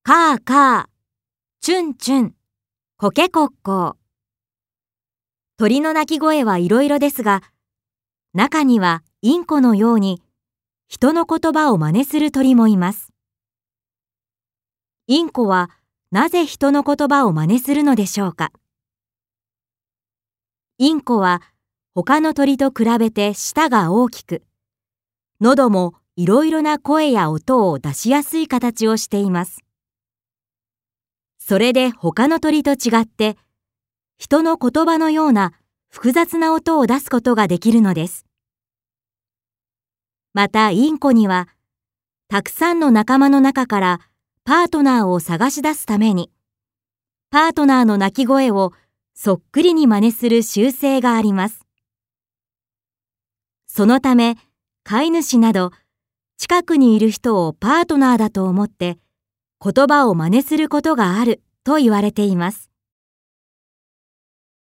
カーカー、チュンチュン、コケコッコー。鳥の鳴き声はいろいろですが、中にはインコのように人の言葉を真似する鳥もいます。インコはなぜ人の言葉を真似するのでしょうか。インコは他の鳥と比べて舌が大きく、喉もいろいろな声や音を出しやすい形をしています。それで他の鳥と違って、人の言葉のような複雑な音を出すことができるのです。またインコには、たくさんの仲間の中からパートナーを探し出すために、パートナーの鳴き声をそっくりに真似する習性があります。そのため、飼い主など近くにいる人をパートナーだと思って言葉を真似することがあると言われています。